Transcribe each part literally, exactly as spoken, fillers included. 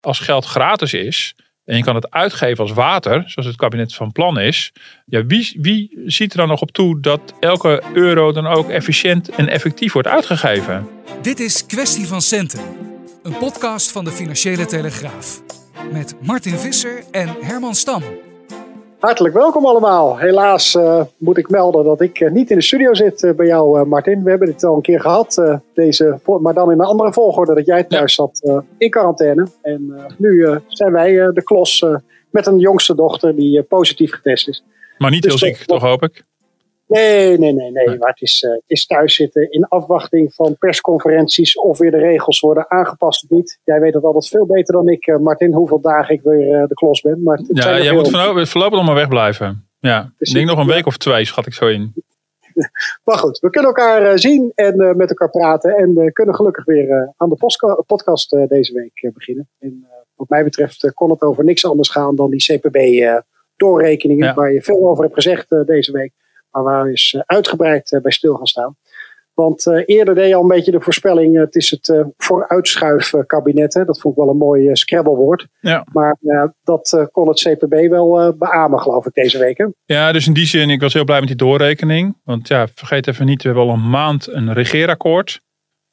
als geld gratis is en je kan het uitgeven als water, zoals het kabinet van plan is. Ja, wie, wie ziet er dan nog op toe dat elke euro dan ook efficiënt en effectief wordt uitgegeven? Dit is Kwestie van Centen. Een podcast van de Financiële Telegraaf. Met Martin Visser en Herman Stam. Hartelijk welkom allemaal. Helaas uh, moet ik melden dat ik uh, niet in de studio zit uh, bij jou, uh, Martin. We hebben dit al een keer gehad, uh, deze, maar dan in een andere volgorde dat jij thuis zat uh, in quarantaine. En uh, nu uh, zijn wij uh, de klos uh, met een jongste dochter die uh, positief getest is. Maar niet dus heel ziek, toch hoop ik? Nee, nee, nee. nee. Maar het is, uh, het is thuiszitten in afwachting van persconferenties of weer de regels worden aangepast of niet. Jij weet het altijd veel beter dan ik, uh, Martin, hoeveel dagen ik weer uh, de klos ben. Maar het ja, jij heel... moet voorlopig, voorlopig nog maar wegblijven. Ja, ik denk nog een week of twee, schat ik zo in. Maar goed, we kunnen elkaar uh, zien en uh, met elkaar praten. En we uh, kunnen gelukkig weer uh, aan de postka- podcast uh, deze week uh, beginnen. En uh, wat mij betreft uh, kon het over niks anders gaan dan die C P B-doorrekeningen. Uh, ja. Waar je veel over hebt gezegd uh, deze week. Maar waar we eens uh, uitgebreid uh, bij stil gaan staan. Want uh, eerder deed je al een beetje de voorspelling. Uh, het is het uh, vooruitschuifkabinet. Hè? Dat vond ik wel een mooi uh, scrabblewoord. Ja. Maar uh, dat uh, kon het C P B wel uh, beamen, geloof ik, deze week. Hè? Ja, dus in die zin, ik was heel blij met die doorrekening. Want ja, vergeet even niet, we hebben al een maand een regeerakkoord.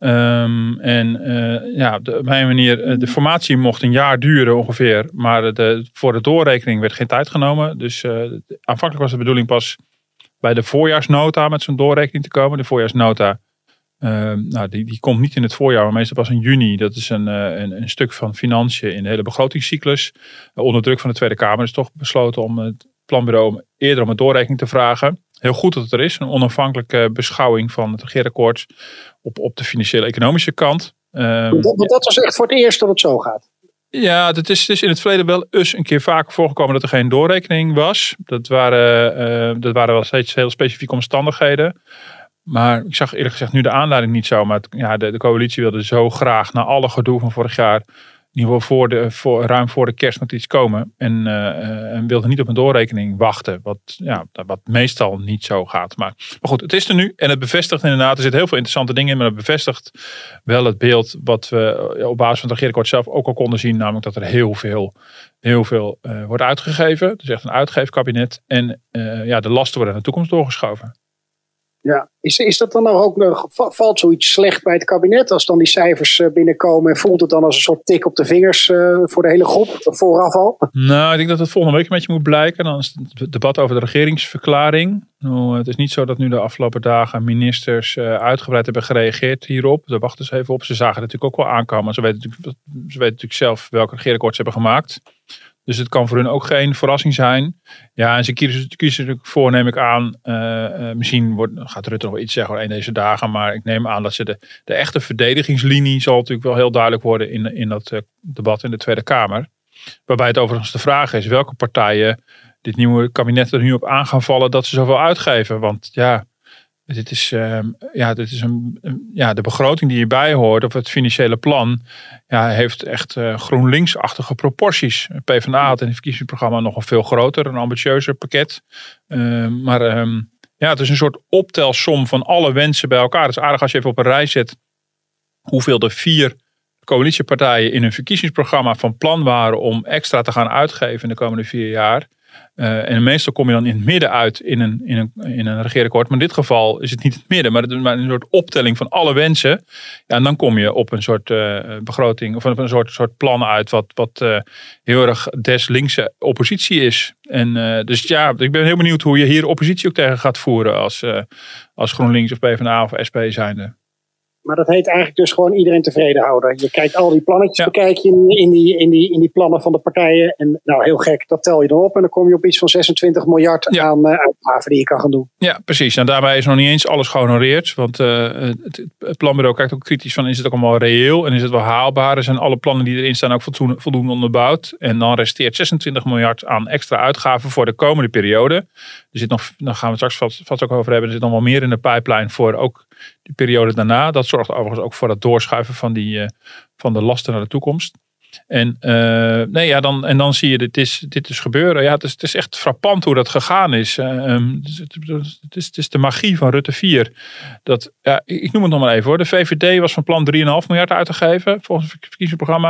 Um, en uh, ja, op de, op mijn manier, de formatie mocht een jaar duren ongeveer. Maar de, voor de doorrekening werd geen tijd genomen. Dus uh, aanvankelijk was de bedoeling pas bij de voorjaarsnota met zo'n doorrekening te komen. De voorjaarsnota, uh, nou, die, die komt niet in het voorjaar, maar meestal pas in juni. Dat is een, uh, een, een stuk van financiën in de hele begrotingscyclus. Uh, onder druk van de Tweede Kamer is toch besloten om het planbureau eerder om een doorrekening te vragen. Heel goed dat het er is. Een onafhankelijke beschouwing van het regeerakkoord op, op de financiële economische kant. Um, dat, dat was echt voor het eerst dat het zo gaat. Ja, het is, het is in het verleden wel eens een keer vaker voorgekomen dat er geen doorrekening was. Dat waren, uh, dat waren wel steeds heel specifieke omstandigheden. Maar ik zag eerlijk gezegd nu de aanleiding niet zo. Maar het, ja, de, de coalitie wilde zo graag na alle gedoe van vorig jaar, in ieder geval voor de, voor, ruim voor de kerst met iets komen. En, uh, en wilde niet op een doorrekening wachten. Wat, ja, wat meestal niet zo gaat. Maar, maar goed, het is er nu. En het bevestigt inderdaad, er zitten heel veel interessante dingen in. Maar het bevestigt wel het beeld wat we op basis van het regeerakkoord zelf ook al konden zien. Namelijk dat er heel veel, heel veel uh, wordt uitgegeven. Het is echt een uitgeefkabinet. En uh, ja, de lasten worden naar de toekomst doorgeschoven. Ja, is, is dat dan nou ook nog, valt zoiets slecht bij het kabinet als dan die cijfers binnenkomen en voelt het dan als een soort tik op de vingers uh, voor de hele groep vooraf al? Nou, ik denk dat het volgende week een beetje moet blijken. Dan is het debat over de regeringsverklaring. Nou, het is niet zo dat nu de afgelopen dagen ministers uh, uitgebreid hebben gereageerd hierop. Daar wachten ze even op. Ze zagen het natuurlijk ook wel aankomen. Ze weten natuurlijk, ze weten natuurlijk zelf welke regeerakkoord ze hebben gemaakt. Dus het kan voor hun ook geen verrassing zijn. Ja, en ze kiezen, kiezen natuurlijk voor, neem ik aan. Uh, uh, misschien wordt, gaat Rutte nog iets zeggen in deze dagen. Maar ik neem aan dat ze de, de echte verdedigingslinie zal natuurlijk wel heel duidelijk worden in, in dat uh, debat in de Tweede Kamer. Waarbij het overigens de vraag is welke partijen dit nieuwe kabinet er nu op aan gaan vallen dat ze zoveel uitgeven. Want ja, dit is, uh, ja, dit is een, een, ja, de begroting die hierbij hoort, of het financiële plan, ja, heeft echt uh, GroenLinks-achtige proporties. PvdA had in het verkiezingsprogramma nog een veel groter, een ambitieuzer pakket. Uh, maar um, ja, het is een soort optelsom van alle wensen bij elkaar. Het is aardig als je even op een rij zet hoeveel de vier coalitiepartijen in hun verkiezingsprogramma van plan waren om extra te gaan uitgeven in de komende vier jaar. Uh, en meestal kom je dan in het midden uit in een, in, een, in een regeerakkoord. Maar in dit geval is het niet het midden, maar, het, maar een soort optelling van alle wensen. Ja, en dan kom je op een soort uh, begroting of een soort, soort plan uit wat, wat uh, heel erg des linkse oppositie is. En uh, dus ja, ik ben heel benieuwd hoe je hier oppositie ook tegen gaat voeren als, uh, als GroenLinks of PvdA of S P zijnde. Maar dat heet eigenlijk dus gewoon iedereen tevreden houden. Je kijkt al die plannetjes, ja. bekijk je in, in, die, in, die, in die plannen van de partijen. En nou, heel gek, dat tel je dan op. En dan kom je op iets van zesentwintig miljard ja. aan uh, uitgaven die je kan gaan doen. Ja, precies. En daarbij is nog niet eens alles gehonoreerd. Want uh, het, het planbureau kijkt ook kritisch van, is het ook allemaal reëel? En is het wel haalbaar? Zijn alle plannen die erin staan ook voldoende, voldoende onderbouwd? En dan resteert zesentwintig miljard aan extra uitgaven voor de komende periode. Er zit nog, daar gaan we het straks vast, vast ook over hebben. Er zit nog wel meer in de pipeline voor ook de periode daarna. Dat zorgt overigens ook voor het doorschuiven van, die, uh, van de lasten naar de toekomst. En, uh, nee, ja, dan, en dan zie je, dit is, dit is gebeuren. Ja, het, is, het is echt frappant hoe dat gegaan is. Uh, um, het, het, is het is de magie van Rutte vier. Dat, ja, ik noem het nog maar even hoor. De V V D was van plan drie komma vijf miljard uit te geven volgens het verkiezingsprogramma.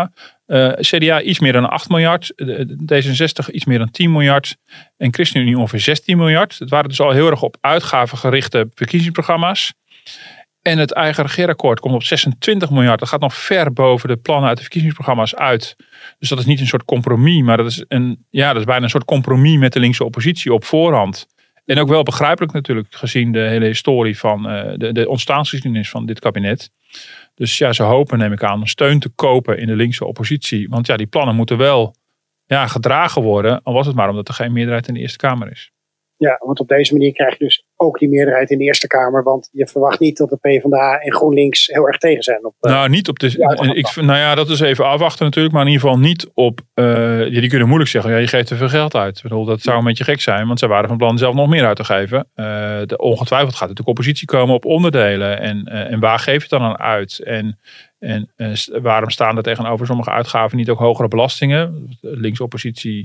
Uh, C D A iets meer dan acht miljard. D zesenzestig iets meer dan tien miljard. En ChristenUnie ongeveer zestien miljard. Het waren dus al heel erg op uitgaven gerichte verkiezingsprogramma's. En het eigen regeerakkoord komt op zesentwintig miljard. Dat gaat nog ver boven de plannen uit de verkiezingsprogramma's uit. Dus dat is niet een soort compromis. Maar dat is, een, ja, dat is bijna een soort compromis met de linkse oppositie op voorhand. En ook wel begrijpelijk natuurlijk, gezien de hele historie van uh, de, de ontstaansgeschiedenis van dit kabinet. Dus ja, ze hopen, neem ik aan, steun te kopen in de linkse oppositie. Want ja, die plannen moeten wel ja, gedragen worden. Al was het maar omdat er geen meerderheid in de Eerste Kamer is. Ja, want op deze manier krijg je dus ook die meerderheid in de Eerste Kamer. Want je verwacht niet dat de PvdA en GroenLinks heel erg tegen zijn. Op, uh, nou, niet op de. Ja, ik, nou ja, dat is even afwachten natuurlijk. Maar in ieder geval niet op. Uh, ja, die kunnen moeilijk zeggen. Ja, je geeft te veel geld uit. Ik bedoel, dat zou een beetje gek zijn. Want zij waren van plan zelf nog meer uit te geven. Uh, de, ongetwijfeld gaat natuurlijk oppositie komen op onderdelen. En, uh, en waar geef je het dan aan uit? En, en uh, waarom staan er tegenover sommige uitgaven niet ook hogere belastingen? De linkse oppositie.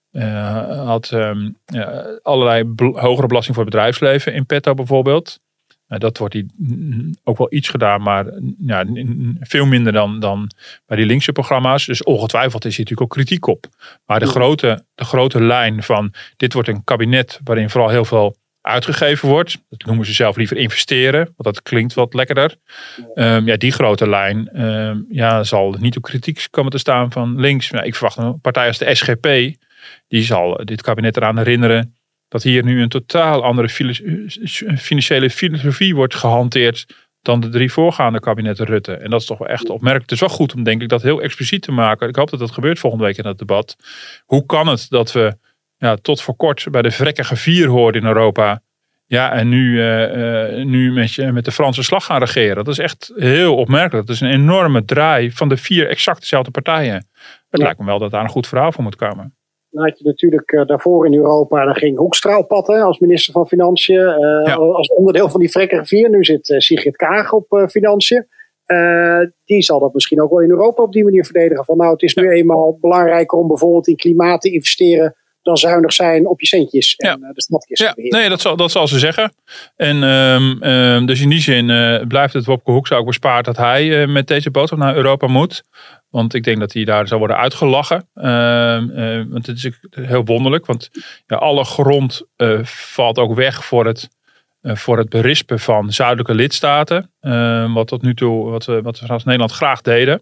Uh, had um, uh, allerlei bl- hogere belasting voor het bedrijfsleven in petto bijvoorbeeld. Uh, dat wordt die, mm, ook wel iets gedaan, maar ja, n- veel minder dan, dan bij die linkse programma's. Dus ongetwijfeld is hier natuurlijk ook kritiek op. Maar de grote, de grote lijn van dit wordt een kabinet waarin vooral heel veel uitgegeven wordt. Dat noemen ze zelf liever investeren, want dat klinkt wat lekkerder. Um, ja, die grote lijn um, ja, zal niet op kritiek komen te staan van links. Nou, ik verwacht een partij als de S G P. Die zal dit kabinet eraan herinneren dat hier nu een totaal andere financiële filosofie wordt gehanteerd dan de drie voorgaande kabinetten Rutte. En dat is toch wel echt opmerkelijk. Het is wel goed om denk ik dat heel expliciet te maken. Ik hoop dat dat gebeurt volgende week in het debat. Hoe kan het dat we ja, tot voor kort bij de vrekkige vier hoorden in Europa. Ja, en nu, uh, uh, nu met, je, met de Franse slag gaan regeren. Dat is echt heel opmerkelijk. Dat is een enorme draai van de vier exact dezelfde partijen. Het ja. lijkt me wel dat daar een goed verhaal voor moet komen. Dan had je natuurlijk uh, daarvoor in Europa, daar ging Hoekstra op pad hè, als minister van Financiën. Uh, ja. Als onderdeel van die vrekkige vier. Nu zit uh, Sigrid Kaag op uh, Financiën. Uh, die zal dat misschien ook wel in Europa op die manier verdedigen. Van nou, het is nu ja. eenmaal belangrijker om bijvoorbeeld in klimaat te investeren dan zuinig zijn op je centjes en ja. uh, de stadjes. Ja, nee, dat zal, dat zal ze zeggen. En um, um, dus in die zin uh, blijft het Wopke Hoekstra ook bespaard dat hij uh, met deze boodschap naar Europa moet. Want ik denk dat hij daar zal worden uitgelachen. Uh, uh, want het is heel wonderlijk. Want ja, alle grond uh, valt ook weg voor het, uh, voor het berispen van zuidelijke lidstaten. Uh, wat tot nu toe, wat we, wat we als Nederland graag deden.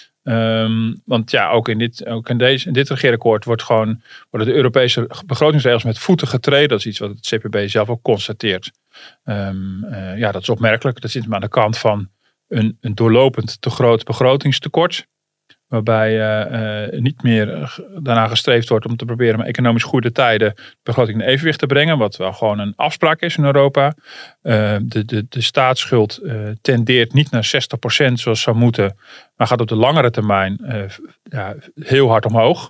Um, want ja, ook in dit, ook in deze, in dit regeerakkoord wordt gewoon, worden de Europese begrotingsregels met voeten getreden. Dat is iets wat het C P B zelf ook constateert. Um, uh, ja, dat is opmerkelijk. Dat zit maar aan de kant van een, een doorlopend te groot begrotingstekort. Waarbij uh, uh, niet meer uh, daarna gestreefd wordt om te proberen om economisch goede tijden de begroting in evenwicht te brengen. Wat wel gewoon een afspraak is in Europa. Uh, de, de, de staatsschuld uh, tendeert niet naar zestig procent zoals zou moeten. Maar gaat op de langere termijn uh, ja, heel hard omhoog.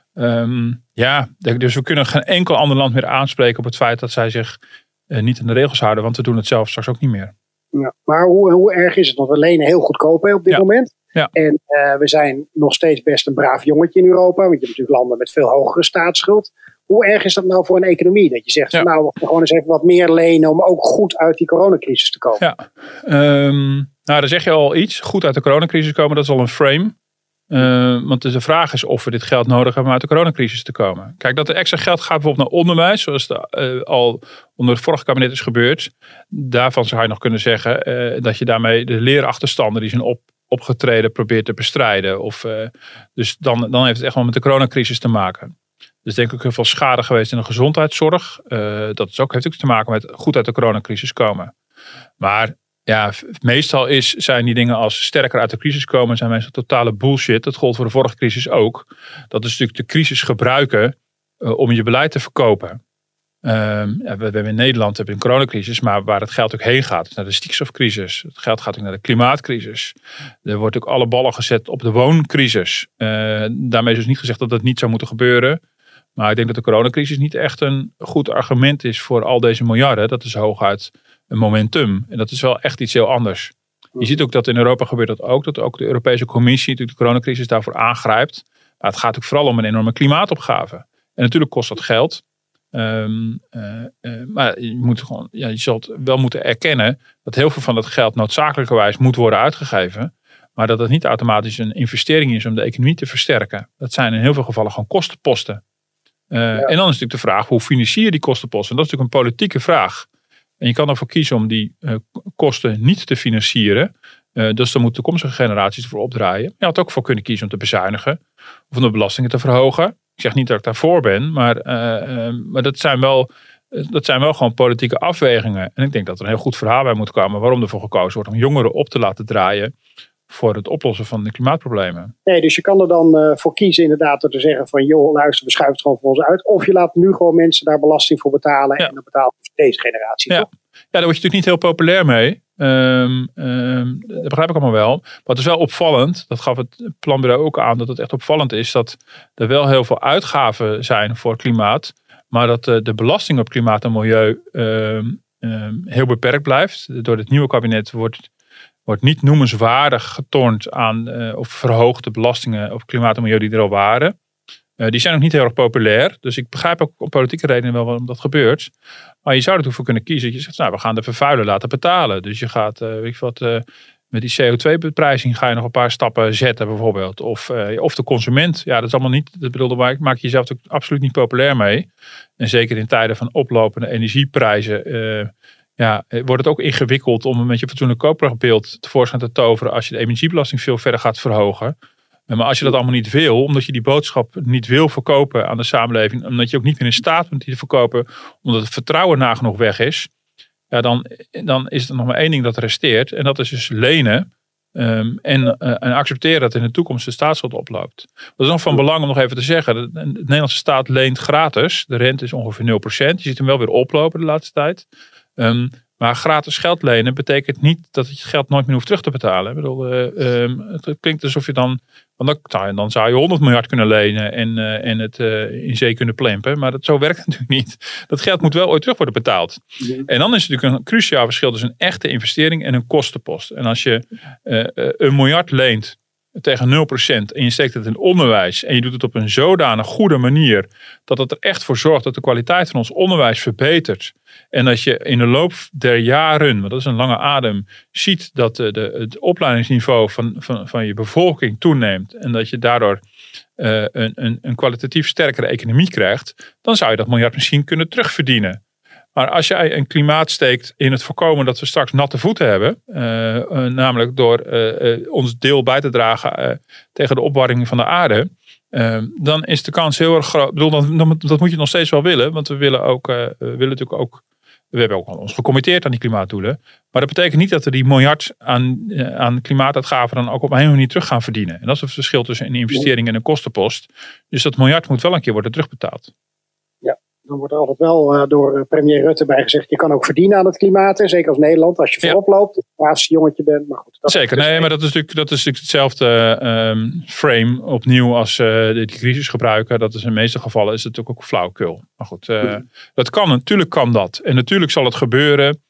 Um, ja, dus we kunnen geen enkel ander land meer aanspreken op het feit dat zij zich uh, niet aan de regels houden. Want we doen het zelf straks ook niet meer. Ja, maar hoe, hoe erg is het? Want we lenen heel goedkoop hè, op dit ja. moment. Ja. En uh, we zijn nog steeds best een braaf jongetje in Europa. Want je hebt natuurlijk landen met veel hogere staatsschuld. Hoe erg is dat nou voor een economie? Dat je zegt, ja. nou, we gaan gewoon eens even wat meer lenen om ook goed uit die coronacrisis te komen. Ja, um, nou, dan zeg je al iets. Goed uit de coronacrisis komen, dat is al een frame. Uh, want de vraag is of we dit geld nodig hebben om uit de coronacrisis te komen. Kijk, dat er extra geld gaat bijvoorbeeld naar onderwijs, zoals het uh, al onder het vorige kabinet is gebeurd. Daarvan zou je nog kunnen zeggen uh, dat je daarmee de leerachterstanden die zijn op, opgetreden probeert te bestrijden. Of, uh, dus dan, dan heeft het echt wel met de coronacrisis te maken. Dus denk ik ook heel veel schade geweest in de gezondheidszorg. Uh, dat is ook, heeft ook te maken met goed uit de coronacrisis komen. Maar ja, meestal is, zijn die dingen als sterker uit de crisis komen, zijn meestal totale bullshit. Dat gold voor de vorige crisis ook. Dat is natuurlijk de crisis gebruiken uh, om je beleid te verkopen. Uh, ja, we hebben in Nederland hebben een coronacrisis, maar waar het geld ook heen gaat, is naar de stikstofcrisis. Het geld gaat ook naar de klimaatcrisis. Er wordt ook alle ballen gezet op de wooncrisis. Uh, daarmee is dus niet gezegd dat dat niet zou moeten gebeuren. Maar ik denk dat de coronacrisis niet echt een goed argument is voor al deze miljarden. Dat is hooguit een momentum. En dat is wel echt iets heel anders. Je ziet ook dat in Europa gebeurt dat ook. Dat ook de Europese Commissie natuurlijk de coronacrisis daarvoor aangrijpt. Maar het gaat ook vooral om een enorme klimaatopgave. En natuurlijk kost dat geld. Um, uh, uh, maar je, moet gewoon, ja, je zult wel moeten erkennen dat heel veel van dat geld noodzakelijkerwijs moet worden uitgegeven. Maar dat het niet automatisch een investering is om de economie te versterken. Dat zijn in heel veel gevallen gewoon kostenposten. Uh, ja. En dan is natuurlijk de vraag, hoe financier je die kostenposten? Dat is natuurlijk een politieke vraag. En je kan ervoor kiezen om die uh, kosten niet te financieren. Uh, dus dan moeten toekomstige generaties ervoor opdraaien. Je had ook voor kunnen kiezen om te bezuinigen. Of om de belastingen te verhogen. Ik zeg niet dat ik daarvoor ben. Maar, uh, uh, maar dat, zijn wel, uh, dat zijn wel gewoon politieke afwegingen. En ik denk dat er een heel goed verhaal bij moet komen. Waarom ervoor gekozen wordt om jongeren op te laten draaien. Voor het oplossen van de klimaatproblemen. Nee, dus je kan er dan uh, voor kiezen inderdaad door te zeggen van joh, luister, we schuiven het gewoon voor ons uit. Of je laat nu gewoon mensen daar belasting voor betalen. Ja. En dan betaalt deze generatie, ja. toch? Ja, daar word je natuurlijk niet heel populair mee. Um, um, dat begrijp ik allemaal wel. Maar het is wel opvallend, dat gaf het planbureau ook aan, dat het echt opvallend is dat er wel heel veel uitgaven zijn voor klimaat. Maar dat uh, de belasting op klimaat en milieu um, um, heel beperkt blijft. Door het nieuwe kabinet wordt... wordt niet noemenswaardig getornd aan uh, of verhoogde belastingen op klimaat en milieu die er al waren. Uh, die zijn ook niet heel erg populair. Dus ik begrijp ook om politieke redenen wel waarom dat gebeurt. Maar je zou er toch voor kunnen kiezen. Dat je zegt, nou, we gaan de vervuiler laten betalen. Dus je gaat, uh, weet je wat, uh, met die C O twee beprijzing ga je nog een paar stappen zetten bijvoorbeeld. Of, uh, of de consument. Ja, dat is allemaal niet, dat bedoel, daar maak je jezelf ook absoluut niet populair mee. En zeker in tijden van oplopende energieprijzen... Uh, Ja, wordt het ook ingewikkeld om een met je fatsoenlijk koopkrachtbeeld tevoorschijn te toveren als je de energiebelasting veel verder gaat verhogen. Maar als je dat allemaal niet wil, omdat je die boodschap niet wil verkopen aan de samenleving, omdat je ook niet meer in staat bent die te verkopen, omdat het vertrouwen nagenoeg weg is, ja, dan, dan is er nog maar één ding dat resteert en dat is dus lenen um, en, uh, en accepteren dat in de toekomst de staatsschuld oploopt. Dat is nog van belang om nog even te zeggen, de, de Nederlandse staat leent gratis, de rente is ongeveer nul procent, je ziet hem wel weer oplopen de laatste tijd. Um, maar gratis geld lenen betekent niet dat je het geld nooit meer hoeft terug te betalen. Ik bedoel, uh, um, het klinkt alsof je dan, want dan, dan zou je honderd miljard kunnen lenen en, uh, en het uh, in zee kunnen plempen. Maar dat, zo werkt het natuurlijk niet. Dat geld moet wel ooit terug worden betaald. Ja. En dan is het natuurlijk een cruciaal verschil tussen een echte investering en een kostenpost. En als je uh, uh, een miljard leent tegen nul procent en je steekt het in onderwijs en je doet het op een zodanig goede manier dat het er echt voor zorgt dat de kwaliteit van ons onderwijs verbetert en dat je in de loop der jaren, want dat is een lange adem, ziet dat de, de, het opleidingsniveau van, van, van je bevolking toeneemt en dat je daardoor uh, een, een, een kwalitatief sterkere economie krijgt, dan zou je dat miljard misschien kunnen terugverdienen. Maar als jij een klimaat steekt in het voorkomen dat we straks natte voeten hebben, uh, uh, namelijk door uh, uh, ons deel bij te dragen uh, tegen de opwarming van de aarde, uh, dan is de kans heel erg groot. Ik bedoel, dan, dan, dat moet je nog steeds wel willen, want we willen ook, uh, we willen natuurlijk ook, we hebben ook ons gecommitteerd aan die klimaatdoelen. Maar dat betekent niet dat we die miljard aan, uh, aan klimaatuitgaven dan ook op een hele manier terug gaan verdienen. En dat is het verschil tussen een investering en een kostenpost. Dus dat miljard moet wel een keer worden terugbetaald. Dan wordt er altijd wel uh, door premier Rutte bij gezegd, je kan ook verdienen aan het klimaat. Hè? Zeker als Nederland, als je voorop loopt, als je laatste jongetje bent. Maar goed, dat Zeker, nee, maar dat is natuurlijk, dat is natuurlijk hetzelfde um, frame opnieuw als uh, de crisis gebruiken. Dat is in de meeste gevallen is het natuurlijk ook flauwekul. Maar goed, uh, ja. dat kan, natuurlijk kan dat. En natuurlijk zal het gebeuren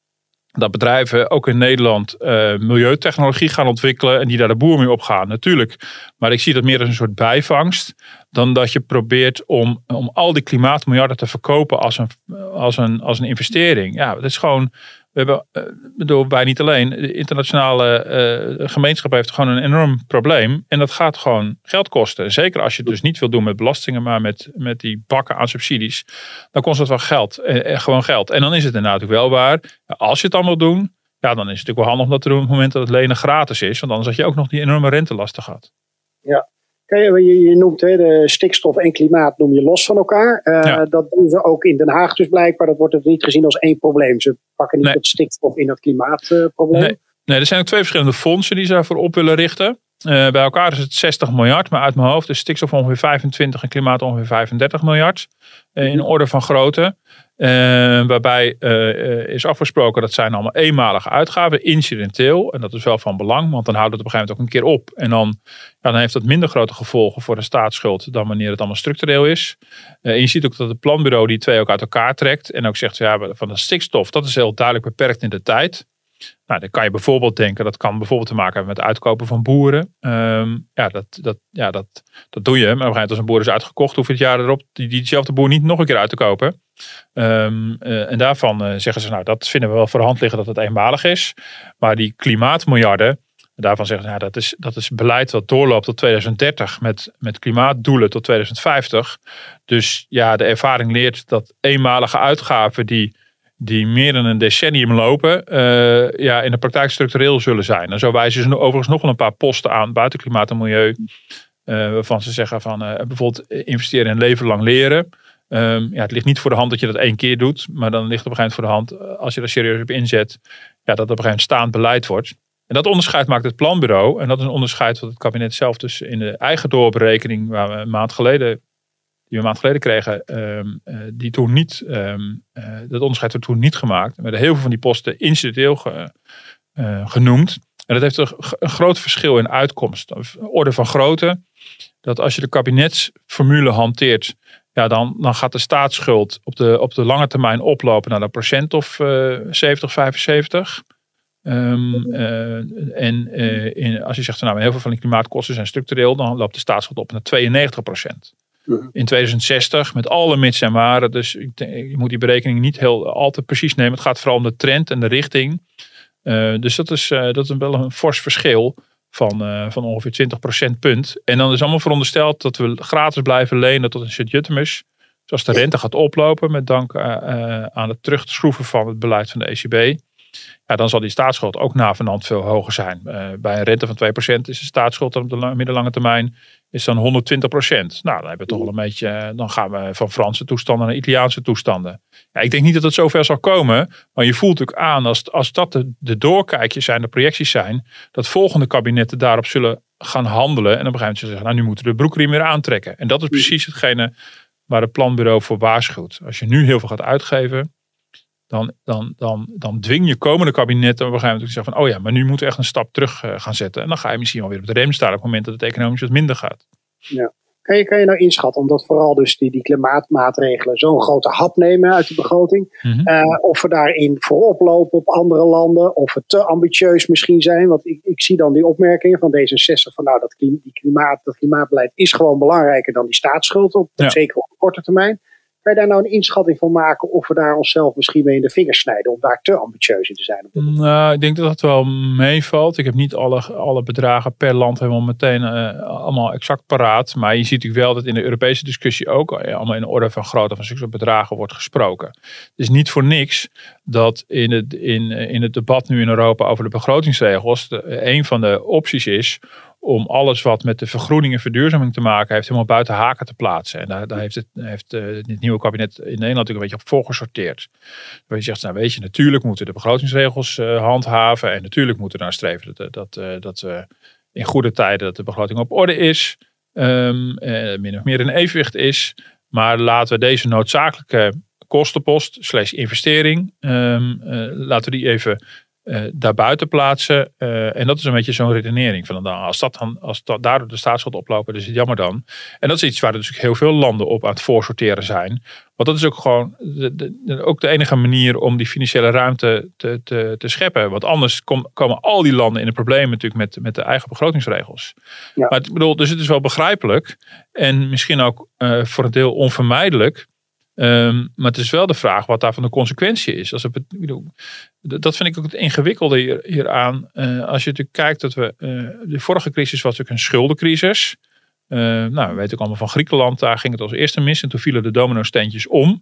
dat bedrijven ook in Nederland uh, milieutechnologie gaan ontwikkelen en die daar de boer mee opgaan. Natuurlijk, maar ik zie dat meer als een soort bijvangst dan dat je probeert om, om al die klimaatmiljarden te verkopen als een, als een, als een investering. Ja, dat is gewoon, we hebben, uh, bedoel, wij niet alleen, de internationale uh, gemeenschap heeft gewoon een enorm probleem en dat gaat gewoon geld kosten. Zeker als je het dus niet wil doen met belastingen, maar met, met die bakken aan subsidies, dan kost het wel geld, uh, gewoon geld. En dan is het inderdaad ook wel waar, als je het dan wil doen, ja, dan is het natuurlijk wel handig om dat te doen op het moment dat het lenen gratis is, want anders had je ook nog die enorme rentelasten gehad. Ja. Je, je noemt hè, de stikstof en klimaat noem je los van elkaar. Uh, ja. Dat doen ze ook in Den Haag dus blijkbaar. Dat wordt het niet gezien als één probleem. Ze pakken niet nee. het stikstof in dat klimaatprobleem. Uh, nee. nee, er zijn ook twee verschillende fondsen die ze daarvoor op willen richten. Uh, bij elkaar is het zestig miljard. Maar uit mijn hoofd is stikstof ongeveer vijfentwintig en klimaat ongeveer vijfendertig miljard. Uh, in orde van grootte. Uh, waarbij uh, is afgesproken dat zijn allemaal eenmalige uitgaven, incidenteel. En dat is wel van belang, want dan houdt het op een gegeven moment ook een keer op. En dan, ja, dan heeft dat minder grote gevolgen voor de staatsschuld dan wanneer het allemaal structureel is. Uh, en je ziet ook dat het planbureau die twee ook uit elkaar trekt. En ook zegt, ja, van de stikstof, dat is heel duidelijk beperkt in de tijd. Nou, dan kan je bijvoorbeeld denken, dat kan bijvoorbeeld te maken hebben met het uitkopen van boeren. Um, ja, dat, dat, ja dat, dat doe je. Maar op een gegeven moment als een boer is uitgekocht, hoef je het jaar erop die, diezelfde boer niet nog een keer uit te kopen. Um, uh, en daarvan uh, zeggen ze, nou, dat vinden we wel voor de hand liggen dat het eenmalig is. Maar die klimaatmiljarden, Daarvan zeggen ze, nou, dat, is, dat is beleid dat doorloopt tot tweeduizend dertig met, met klimaatdoelen tot tweeduizend vijftig. Dus ja, de ervaring leert dat eenmalige uitgaven die, die meer dan een decennium lopen, uh, ja, in de praktijk structureel zullen zijn. En zo wijzen ze overigens nog wel een paar posten aan buiten klimaat en milieu, uh, waarvan ze zeggen van uh, bijvoorbeeld investeren in leven lang leren. Um, ja, het ligt niet voor de hand dat je dat één keer doet, maar dan ligt het op een gegeven moment voor de hand, als je er serieus op inzet, ja, dat het op een gegeven moment staand beleid wordt. En dat onderscheid maakt het planbureau. En dat is een onderscheid wat het kabinet zelf dus in de eigen doorberekening, waar we een maand geleden, die we een maand geleden kregen, um, uh, die toen niet, um, uh, dat onderscheid werd toen niet gemaakt. Er werden heel veel van die posten incidenteel ge, uh, genoemd. En dat heeft een, een groot verschil in uitkomst. Orde van grootte. Dat als je de kabinetsformule hanteert, ja, dan, dan gaat de staatsschuld op de, op de lange termijn oplopen naar een procent of uh, zeventig, vijfenzeventig. Um, uh, en uh, in, als je zegt, nou, heel veel van die klimaatkosten zijn structureel, dan loopt de staatsschuld op naar tweeënnegentig procent. In tweeduizend zestig, met alle mits en maren, dus je moet die berekening niet heel altijd precies nemen. Het gaat vooral om de trend en de richting. Uh, dus dat is, uh, dat is wel een fors verschil van, uh, van ongeveer twintig procentpunt. En dan is allemaal verondersteld dat we gratis blijven lenen tot een Sint-Jutemus. Dus als de rente gaat oplopen met dank uh, uh, aan het terugschroeven van het beleid van de E C B, ja, dan zal die staatsschuld ook navenant veel hoger zijn. Uh, bij een rente van twee procent is de staatsschuld op de lang, middellange termijn is dan honderdtwintig procent. Nou, dan hebben we toch wel een beetje, dan gaan we van Franse toestanden naar Italiaanse toestanden. Ja, ik denk niet dat het zover zal komen, maar je voelt natuurlijk aan als, als dat de, de doorkijkjes zijn, de projecties zijn, dat volgende kabinetten daarop zullen gaan handelen en op een gegeven moment zeggen, nou, nu moeten we de broekriem weer aantrekken. En dat is precies hetgene waar het planbureau voor waarschuwt. Als je nu heel veel gaat uitgeven, Dan, dan, dan, dan dwing je komende kabinetten op een gegeven moment te zeggen van, oh ja, maar nu moeten we echt een stap terug uh, gaan zetten. En dan ga je misschien wel weer op de rem staan op het moment dat het economisch wat minder gaat. Ja. Kan je, kan je nou inschatten, omdat vooral dus die, die klimaatmaatregelen zo'n grote hap nemen uit de begroting, mm-hmm. uh, of we daarin voorop lopen op andere landen, of we te ambitieus misschien zijn? Want ik, ik zie dan die opmerkingen van D zesenzestig van, nou, dat, die klimaat, dat klimaatbeleid is gewoon belangrijker dan die staatsschuld, op, ja. zeker op de korte termijn. Kan je daar nou een inschatting van maken of we daar onszelf misschien mee in de vingers snijden om daar te ambitieus in te zijn? Nou, ik denk dat dat wel meevalt. Ik heb niet alle, alle bedragen per land helemaal meteen uh, allemaal exact paraat. Maar je ziet natuurlijk wel dat in de Europese discussie ook uh, allemaal in de orde van grootte van zulke soort bedragen wordt gesproken. Het is niet voor niks dat in het, in, in het debat nu in Europa over de begrotingsregels de, een van de opties is om alles wat met de vergroening en verduurzaming te maken heeft, helemaal buiten haken te plaatsen. En daar, daar heeft, het, heeft uh, het nieuwe kabinet in Nederland natuurlijk een beetje op voorgesorteerd. Waar je zegt, nou weet je, natuurlijk moeten we de begrotingsregels uh, handhaven. En natuurlijk moeten we naar streven dat, dat, uh, dat uh, in goede tijden dat de begroting op orde is. Um, uh, min of meer in evenwicht is. Maar laten we deze noodzakelijke kostenpost slash investering, um, uh, laten we die even Uh, daarbuiten plaatsen. Uh, en dat is een beetje zo'n redenering. Van, nou, als, dat dan, als dat, daardoor de staatsschuld oplopen, dus is het jammer dan. En dat is iets waar er dus heel veel landen op aan het voorsorteren zijn. Want dat is ook gewoon de, de, de, ook de enige manier om die financiële ruimte te, te, te scheppen. Want anders kom, komen al die landen in de problemen natuurlijk met, met de eigen begrotingsregels. Ja. Maar ik bedoel, dus het is wel begrijpelijk. En misschien ook uh, voor een deel onvermijdelijk. Um, maar het is wel de vraag wat daarvan de consequentie is. Als het, ik bedoel, dat vind ik ook het ingewikkelde hier, hieraan. Uh, als je natuurlijk kijkt dat we... Uh, de vorige crisis was natuurlijk een schuldencrisis. Uh, nou, we weten ook allemaal van Griekenland. Daar ging het als eerste mis. En toen vielen de domino-steentjes om.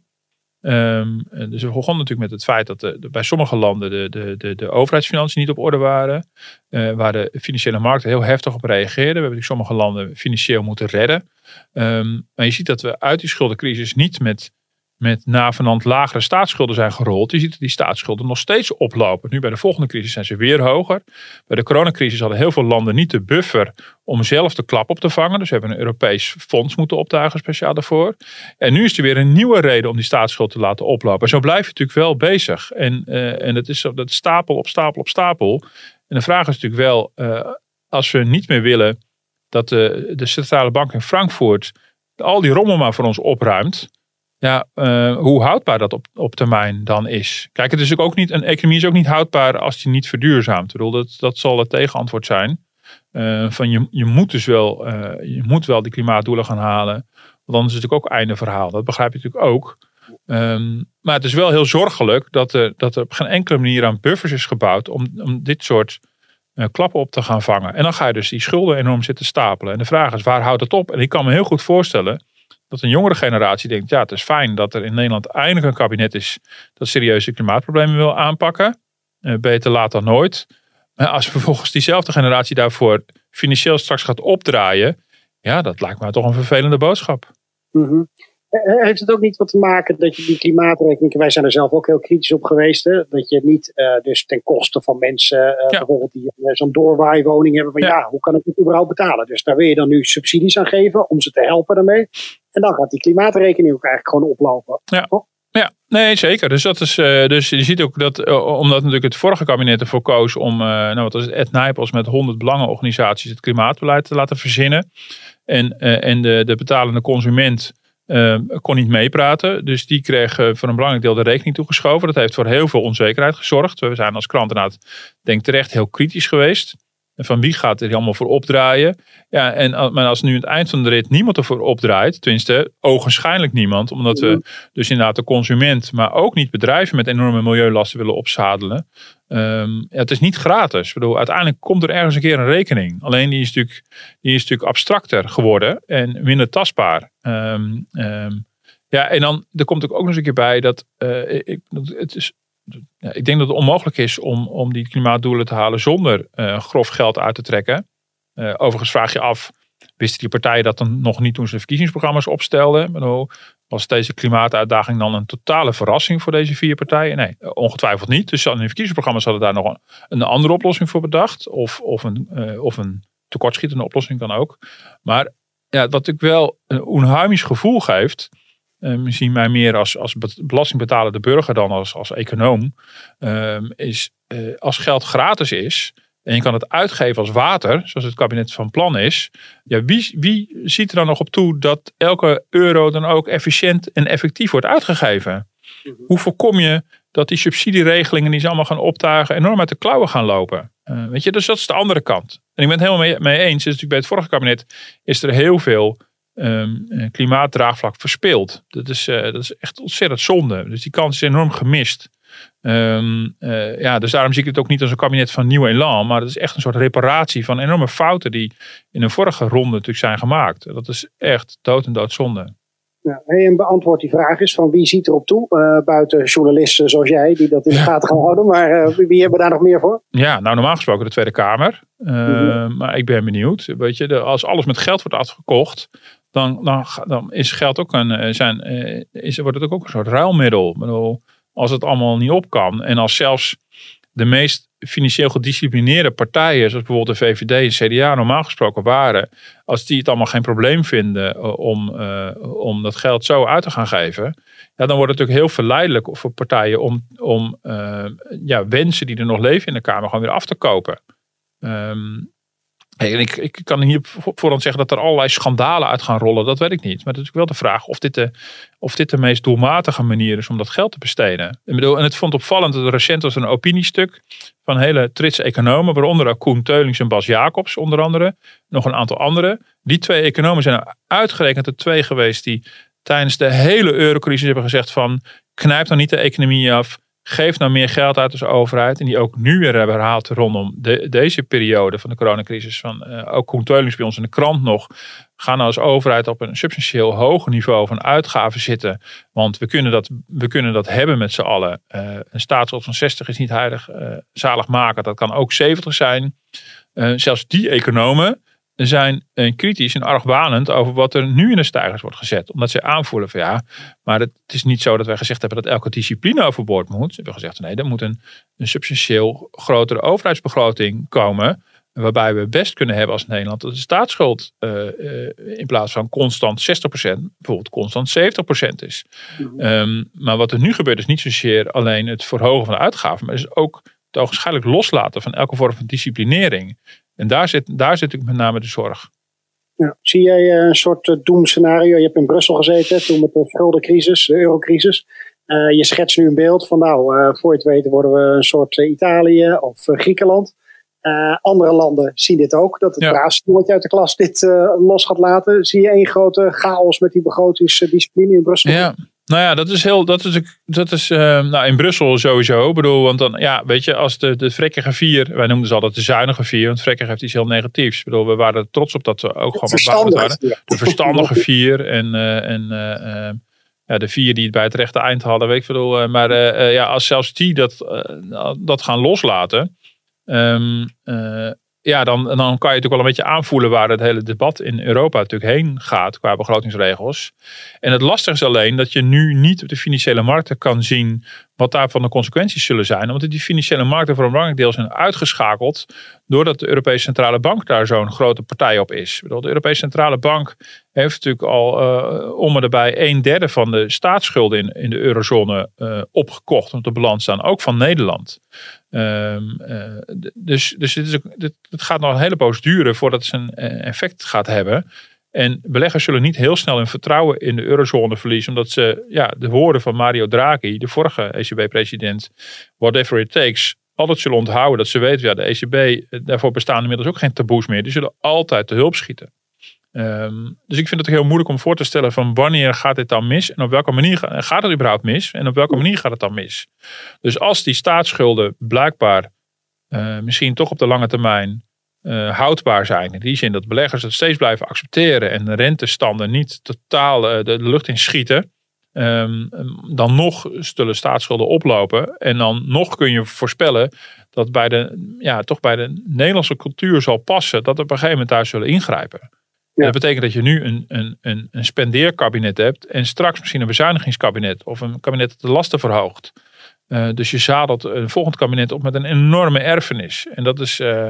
Um, dus we begonnen natuurlijk met het feit dat de, de, bij sommige landen de, de, de, de overheidsfinanciën niet op orde waren. Uh, waar de financiële markten heel heftig op reageerden. We hebben natuurlijk sommige landen financieel moeten redden. Um, maar je ziet dat we uit die schuldencrisis niet met... met navenant lagere staatsschulden zijn gerold. Je ziet dat die staatsschulden nog steeds oplopen. Nu bij de volgende crisis zijn ze weer hoger. Bij de coronacrisis hadden heel veel landen niet de buffer om zelf de klap op te vangen. Dus we hebben een Europees fonds moeten optuigen speciaal daarvoor. En nu is er weer een nieuwe reden om die staatsschuld te laten oplopen. En zo blijf je natuurlijk wel bezig. En, uh, en dat is dat stapel op stapel op stapel. En de vraag is natuurlijk wel, uh, als we niet meer willen dat de, de centrale bank in Frankfurt al die rommel maar voor ons opruimt. Ja, uh, hoe houdbaar dat op, op termijn dan is. Kijk, het is ook niet, een economie is ook niet houdbaar als die niet verduurzaamt. Ik bedoel, dat, dat zal het tegenantwoord zijn. Uh, van je, je moet dus wel, uh, je moet wel die klimaatdoelen gaan halen. Want anders is het natuurlijk ook einde verhaal. Dat begrijp je natuurlijk ook. Um, maar het is wel heel zorgelijk dat er, dat er op geen enkele manier aan buffers is gebouwd om, om dit soort uh, klappen op te gaan vangen. En dan ga je dus die schulden enorm zitten stapelen. En de vraag is, waar houdt het op? En ik kan me heel goed voorstellen dat een jongere generatie denkt, ja, het is fijn dat er in Nederland eindelijk een kabinet is dat serieuze klimaatproblemen wil aanpakken. Uh, beter laat dan nooit. Maar als vervolgens diezelfde generatie daarvoor financieel straks gaat opdraaien, ja, dat lijkt mij toch een vervelende boodschap. Mm-hmm. Heeft het ook niet wat te maken dat je die klimaatrekening, wij zijn er zelf ook heel kritisch op geweest, hè, dat je niet uh, dus ten koste van mensen uh, ja. bijvoorbeeld die uh, zo'n doorwaaiwoning hebben van ja. ja, hoe kan ik het überhaupt betalen? Dus daar wil je dan nu subsidies aan geven om ze te helpen daarmee. En dan gaat die klimaatrekening ook eigenlijk gewoon oplopen. Ja. Oh. Ja, nee, zeker. Dus, dat is, uh, dus je ziet ook dat, uh, omdat natuurlijk het vorige kabinet ervoor koos om, uh, nou wat was het, Ed Nijpels met honderd belangenorganisaties het klimaatbeleid te laten verzinnen. En, uh, en de, de betalende consument uh, kon niet meepraten. Dus die kreeg uh, voor een belangrijk deel de rekening toegeschoven. Dat heeft voor heel veel onzekerheid gezorgd. We zijn als krant inderdaad, denk terecht, heel kritisch geweest. Van wie gaat er allemaal voor opdraaien? Ja, en maar als nu aan het eind van de rit niemand ervoor opdraait, tenminste ogenschijnlijk niemand, omdat we dus inderdaad de consument, maar ook niet bedrijven met enorme milieulasten willen opzadelen. Um, ja, het is niet gratis. Ik bedoel, uiteindelijk komt er ergens een keer een rekening. Alleen die is natuurlijk, die is natuurlijk abstracter geworden en minder tastbaar. Um, um, ja, en dan er komt ook nog eens een keer bij dat uh, ik, het is. Ja, ik denk dat het onmogelijk is om, om die klimaatdoelen te halen zonder uh, grof geld uit te trekken. Uh, overigens vraag je af, wisten die partijen dat dan nog niet toen ze de verkiezingsprogramma's opstelden? Bedoel, was deze klimaatuitdaging dan een totale verrassing voor deze vier partijen? Nee, ongetwijfeld niet. Dus in de verkiezingsprogramma's hadden daar nog een, een andere oplossing voor bedacht. Of, of, een, uh, of een tekortschietende oplossing kan ook. Maar ja, wat natuurlijk wel een onheimisch gevoel geeft, Um, zien mij meer als, als belastingbetalende burger dan als, als econoom. Um, is uh, als geld gratis is en je kan het uitgeven als water, zoals het kabinet van plan is. Ja, wie, wie ziet er dan nog op toe dat elke euro dan ook efficiënt en effectief wordt uitgegeven? Mm-hmm. Hoe voorkom je dat die subsidieregelingen die ze allemaal gaan optuigen enorm uit de klauwen gaan lopen? Uh, weet je, dus dat is de andere kant. En ik ben het helemaal mee, mee eens. Dus natuurlijk bij het vorige kabinet is er heel veel Um, klimaatdraagvlak verspeeld. Dat is, uh, dat is echt ontzettend zonde. Dus die kans is enorm gemist. Um, uh, ja, dus daarom zie ik het ook niet als een kabinet van nieuw elan. Maar het is echt een soort reparatie van enorme fouten die in een vorige ronde natuurlijk zijn gemaakt. Dat is echt dood en doodzonde. Ja, en beantwoord die vraag is van wie ziet erop toe? Uh, buiten journalisten zoals jij die dat in de gaten gaan houden. Maar uh, wie hebben daar nog meer voor? Ja, nou normaal gesproken de Tweede Kamer. Uh, mm-hmm. Maar ik ben benieuwd. Weet je, de, als alles met geld wordt afgekocht, Dan, dan, dan is geld ook een, zijn, is, wordt het ook een soort ruilmiddel. Ik bedoel, als het allemaal niet op kan. En als zelfs de meest financieel gedisciplineerde partijen, zoals bijvoorbeeld de V V D en C D A normaal gesproken waren, als die het allemaal geen probleem vinden om, uh, om dat geld zo uit te gaan geven, ja, dan wordt het natuurlijk heel verleidelijk voor partijen om, om uh, ja, wensen die er nog leven in de Kamer gewoon weer af te kopen. Um, Hey, en ik, ik kan hier voorhand zeggen dat er allerlei schandalen uit gaan rollen. Dat weet ik niet. Maar het is natuurlijk wel de vraag of dit de, of dit de meest doelmatige manier is om dat geld te besteden. Ik bedoel, en het vond opvallend dat er recent was een opiniestuk van hele trits economen. Waaronder ook Koen Teulings en Bas Jacobs onder andere. Nog een aantal anderen. Die twee economen zijn uitgerekend de twee geweest die tijdens de hele eurocrisis hebben gezegd van knijp dan niet de economie af. Geef nou meer geld uit als overheid. En die ook nu weer hebben herhaald rondom de, deze periode van de coronacrisis. Van, uh, ook Koen Teulings bij ons in de krant nog. Ga nou als overheid op een substantieel hoger niveau van uitgaven zitten. Want we kunnen dat, we kunnen dat hebben met z'n allen. Uh, een staatsschuld van zestig is niet heilig uh, zalig maken. Dat kan ook zeventig zijn. Uh, zelfs die economen zijn uh, kritisch en argwanend over wat er nu in de stijgers wordt gezet. Omdat ze aanvoelen van ja, maar het is niet zo dat wij gezegd hebben dat elke discipline overboord moet. Ze hebben gezegd nee, er moet een, een substantieel grotere overheidsbegroting komen. Waarbij we best kunnen hebben als Nederland dat de staatsschuld uh, uh, in plaats van constant zestig procent bijvoorbeeld constant zeventig procent is. Mm-hmm. Um, maar wat er nu gebeurt is niet zozeer alleen het verhogen van de uitgaven, maar is ook het ogenschijnlijk loslaten van elke vorm van disciplinering. En daar zit, daar zit ik met name de zorg. Ja, zie jij een soort doemscenario? Je hebt in Brussel gezeten toen met de schuldencrisis, de eurocrisis. Uh, je schetst nu een beeld van nou, uh, voor je het weten worden we een soort uh, Italië of uh, Griekenland. Uh, andere landen zien dit ook, dat het braafste uit de klas dit uh, los gaat laten. Zie je één grote chaos met die begrotingsdiscipline in Brussel? Ja. Nou ja, dat is heel, dat is, dat is uh, nou in Brussel sowieso. Ik bedoel, want dan, ja, weet je, als de, de vrekkige vier, wij noemden ze altijd de zuinige vier, want vrekkig heeft iets heel negatiefs. Ik bedoel, we waren trots op dat we ook gewoon wat waard waren. De verstandige vier en, uh, en uh, uh, ja, de vier die het bij het rechte eind hadden, weet ik veel. Uh, maar uh, uh, ja, als zelfs die dat, uh, dat gaan loslaten, um, uh, ja, dan, dan kan je natuurlijk wel een beetje aanvoelen waar het hele debat in Europa natuurlijk heen gaat qua begrotingsregels. En het lastige is alleen dat je nu niet op de financiële markten kan zien wat daarvan de consequenties zullen zijn. Omdat die financiële markten voor een belangrijk deel zijn uitgeschakeld doordat de Europese Centrale Bank daar zo'n grote partij op is. Ik bedoel, de Europese Centrale Bank heeft natuurlijk al uh, om en erbij een derde van de staatsschulden in, in de eurozone uh, opgekocht om op de balans te staan. Ook van Nederland. Um, uh, dus dus dit, is ook, dit, dit gaat nog een hele poos duren voordat het zijn effect gaat hebben. En beleggers zullen niet heel snel hun vertrouwen in de eurozone verliezen. Omdat ze ja, de woorden van Mario Draghi, de vorige E C B-president, whatever it takes, altijd zullen onthouden. Dat ze weten, ja, de E C B, daarvoor bestaan inmiddels ook geen taboes meer. Die zullen altijd te hulp schieten. Um, dus ik vind het heel moeilijk om voor te stellen van wanneer gaat dit dan mis? En op welke manier gaat, gaat het überhaupt mis? En op welke manier gaat het dan mis? Dus als die staatsschulden blijkbaar uh, misschien toch op de lange termijn Uh, houdbaar zijn. In die zin dat beleggers het steeds blijven accepteren en de rentestanden niet totaal uh, de, de lucht in schieten. Um, dan nog zullen staatsschulden oplopen. En dan nog kun je voorspellen dat bij de, ja, toch bij de Nederlandse cultuur zal passen dat er op een gegeven moment daar zullen ingrijpen. Ja. En dat betekent dat je nu een, een, een, een spendeerkabinet hebt en straks misschien een bezuinigingskabinet of een kabinet dat de lasten verhoogt. Uh, dus je zadelt een volgend kabinet op met een enorme erfenis. En dat is Uh,